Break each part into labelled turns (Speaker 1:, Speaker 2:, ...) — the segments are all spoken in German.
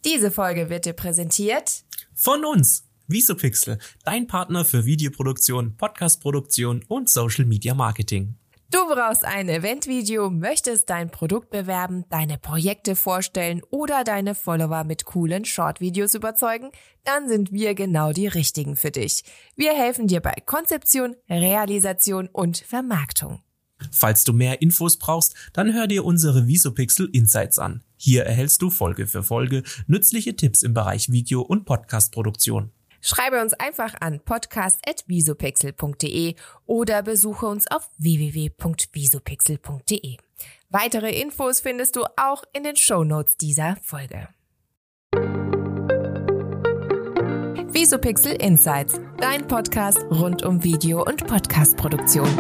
Speaker 1: Diese Folge wird dir präsentiert
Speaker 2: von uns, Visopixel, dein Partner für Videoproduktion, Podcastproduktion und Social Media Marketing.
Speaker 1: Du brauchst ein Eventvideo, möchtest dein Produkt bewerben, deine Projekte vorstellen oder deine Follower mit coolen Short-Videos überzeugen? Dann sind wir genau die Richtigen für dich. Wir helfen dir bei Konzeption, Realisation und Vermarktung.
Speaker 2: Falls du mehr Infos brauchst, dann hör dir unsere Visopixel Insights an. Hier erhältst du Folge für Folge nützliche Tipps im Bereich Video- und Podcastproduktion.
Speaker 1: Schreibe uns einfach an podcast@visopixel.de oder besuche uns auf www.visopixel.de. Weitere Infos findest du auch in den Shownotes dieser Folge. Visopixel Insights, dein Podcast rund um Video- und Podcastproduktion.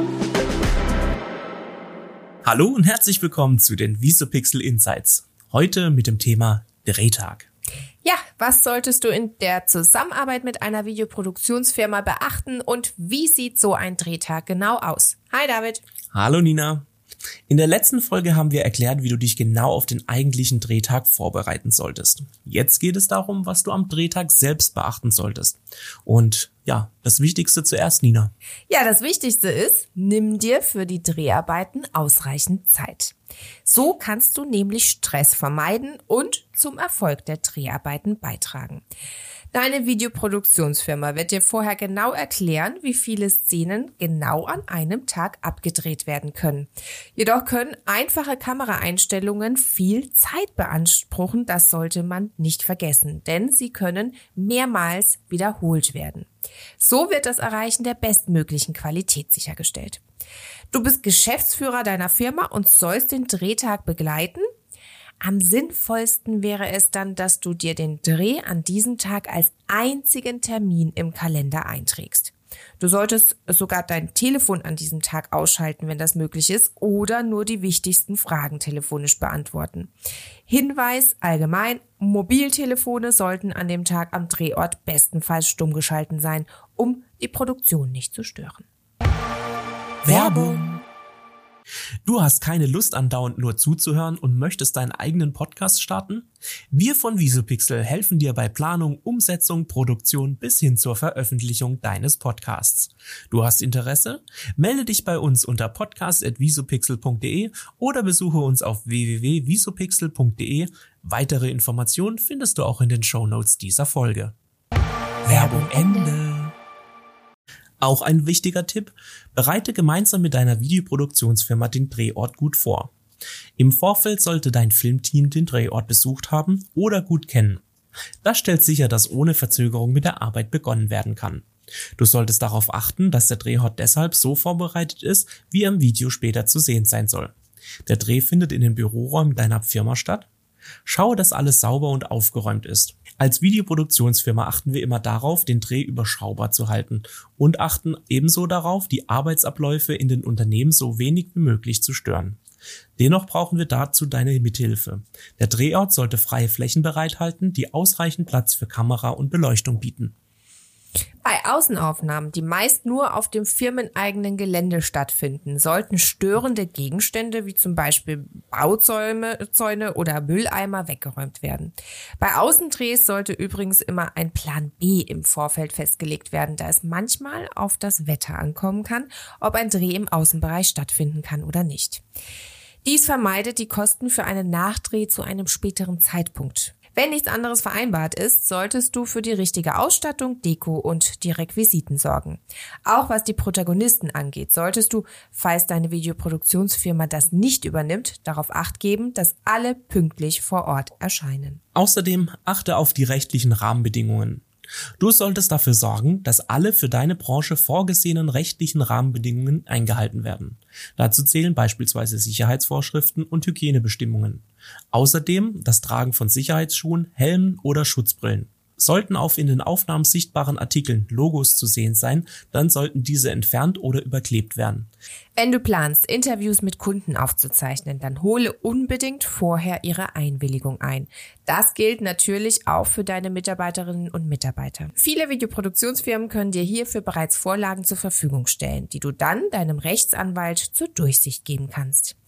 Speaker 2: Hallo und herzlich willkommen zu den Visopixel Insights. Heute mit dem Thema Drehtag.
Speaker 1: Ja, was solltest du in der Zusammenarbeit mit einer Videoproduktionsfirma beachten und wie sieht so ein Drehtag genau aus? Hi David.
Speaker 2: Hallo Nina. In der letzten Folge haben wir erklärt, wie du dich genau auf den eigentlichen Drehtag vorbereiten solltest. Jetzt geht es darum, was du am Drehtag selbst beachten solltest. Und ja, das Wichtigste zuerst, Nina.
Speaker 1: Ja, das Wichtigste ist, nimm dir für die Dreharbeiten ausreichend Zeit. So kannst du nämlich Stress vermeiden und zum Erfolg der Dreharbeiten beitragen. Deine Videoproduktionsfirma wird dir vorher genau erklären, wie viele Szenen genau an einem Tag abgedreht werden können. Jedoch können einfache Kameraeinstellungen viel Zeit beanspruchen, das sollte man nicht vergessen, denn sie können mehrmals wiederholt werden. So wird das Erreichen der bestmöglichen Qualität sichergestellt. Du bist Geschäftsführer deiner Firma und sollst den Drehtag begleiten. Am sinnvollsten wäre es dann, dass du dir den Dreh an diesem Tag als einzigen Termin im Kalender einträgst. Du solltest sogar dein Telefon an diesem Tag ausschalten, wenn das möglich ist, oder nur die wichtigsten Fragen telefonisch beantworten. Hinweis allgemein, Mobiltelefone sollten an dem Tag am Drehort bestenfalls stumm geschalten sein, um die Produktion nicht zu stören.
Speaker 2: Werbung. Du hast keine Lust, andauernd nur zuzuhören und möchtest deinen eigenen Podcast starten? Wir von Visopixel helfen dir bei Planung, Umsetzung, Produktion bis hin zur Veröffentlichung deines Podcasts. Du hast Interesse? Melde dich bei uns unter podcast@visopixel.de oder besuche uns auf www.visopixel.de. Weitere Informationen findest du auch in den Shownotes dieser Folge. Werbung Ende. Auch ein wichtiger Tipp: Bereite gemeinsam mit deiner Videoproduktionsfirma den Drehort gut vor. Im Vorfeld sollte dein Filmteam den Drehort besucht haben oder gut kennen. Das stellt sicher, dass ohne Verzögerung mit der Arbeit begonnen werden kann. Du solltest darauf achten, dass der Drehort deshalb so vorbereitet ist, wie er im Video später zu sehen sein soll. Der Dreh findet in den Büroräumen deiner Firma statt. Schaue, dass alles sauber und aufgeräumt ist. Als Videoproduktionsfirma achten wir immer darauf, den Dreh überschaubar zu halten und achten ebenso darauf, die Arbeitsabläufe in den Unternehmen so wenig wie möglich zu stören. Dennoch brauchen wir dazu deine Mithilfe. Der Drehort sollte freie Flächen bereithalten, die ausreichend Platz für Kamera und Beleuchtung bieten.
Speaker 1: Bei Außenaufnahmen, die meist nur auf dem firmeneigenen Gelände stattfinden, sollten störende Gegenstände wie zum Beispiel Bauzäune oder Mülleimer weggeräumt werden. Bei Außendrehs sollte übrigens immer ein Plan B im Vorfeld festgelegt werden, da es manchmal auf das Wetter ankommen kann, ob ein Dreh im Außenbereich stattfinden kann oder nicht. Dies vermeidet die Kosten für einen Nachdreh zu einem späteren Zeitpunkt. Wenn nichts anderes vereinbart ist, solltest du für die richtige Ausstattung, Deko und die Requisiten sorgen. Auch was die Protagonisten angeht, solltest du, falls deine Videoproduktionsfirma das nicht übernimmt, darauf Acht geben, dass alle pünktlich vor Ort erscheinen.
Speaker 2: Außerdem achte auf die rechtlichen Rahmenbedingungen. Du solltest dafür sorgen, dass alle für deine Branche vorgesehenen rechtlichen Rahmenbedingungen eingehalten werden. Dazu zählen beispielsweise Sicherheitsvorschriften und Hygienebestimmungen. Außerdem das Tragen von Sicherheitsschuhen, Helmen oder Schutzbrillen. Sollten auf in den Aufnahmen sichtbaren Artikeln Logos zu sehen sein, dann sollten diese entfernt oder überklebt werden.
Speaker 1: Wenn du planst, Interviews mit Kunden aufzuzeichnen, dann hole unbedingt vorher ihre Einwilligung ein. Das gilt natürlich auch für deine Mitarbeiterinnen und Mitarbeiter. Viele Videoproduktionsfirmen können dir hierfür bereits Vorlagen zur Verfügung stellen, die du dann deinem Rechtsanwalt zur Durchsicht geben kannst.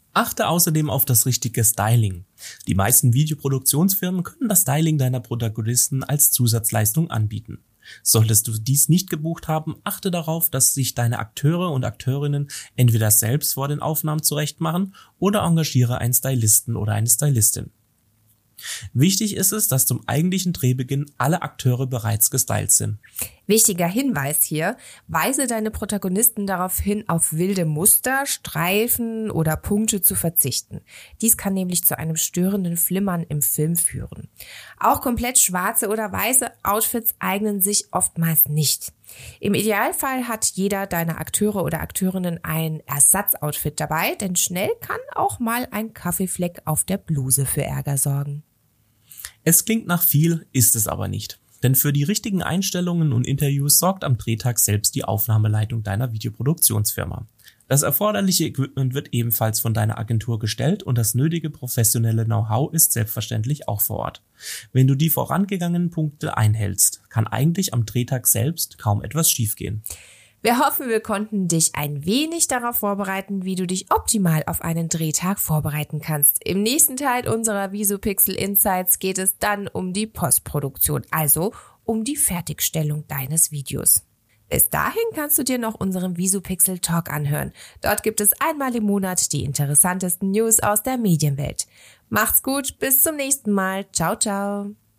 Speaker 2: Achte außerdem auf das richtige Styling. Die meisten Videoproduktionsfirmen können das Styling deiner Protagonisten als Zusatzleistung anbieten. Solltest du dies nicht gebucht haben, achte darauf, dass sich deine Akteure und Akteurinnen entweder selbst vor den Aufnahmen zurechtmachen oder engagiere einen Stylisten oder eine Stylistin. Wichtig ist es, dass zum eigentlichen Drehbeginn alle Akteure bereits gestylt sind.
Speaker 1: Wichtiger Hinweis hier, weise deine Protagonisten darauf hin, auf wilde Muster, Streifen oder Punkte zu verzichten. Dies kann nämlich zu einem störenden Flimmern im Film führen. Auch komplett schwarze oder weiße Outfits eignen sich oftmals nicht. Im Idealfall hat jeder deiner Akteure oder Akteurinnen ein Ersatzoutfit dabei, denn schnell kann auch mal ein Kaffeefleck auf der Bluse für Ärger sorgen.
Speaker 2: Es klingt nach viel, ist es aber nicht. Denn für die richtigen Einstellungen und Interviews sorgt am Drehtag selbst die Aufnahmeleitung deiner Videoproduktionsfirma. Das erforderliche Equipment wird ebenfalls von deiner Agentur gestellt und das nötige professionelle Know-how ist selbstverständlich auch vor Ort. Wenn du die vorangegangenen Punkte einhältst, kann eigentlich am Drehtag selbst kaum etwas schiefgehen.
Speaker 1: Wir hoffen, wir konnten dich ein wenig darauf vorbereiten, wie du dich optimal auf einen Drehtag vorbereiten kannst. Im nächsten Teil unserer Visupixel Insights geht es dann um die Postproduktion, also um die Fertigstellung deines Videos. Bis dahin kannst du dir noch unseren Visupixel Talk anhören. Dort gibt es einmal im Monat die interessantesten News aus der Medienwelt. Macht's gut, bis zum nächsten Mal. Ciao, ciao.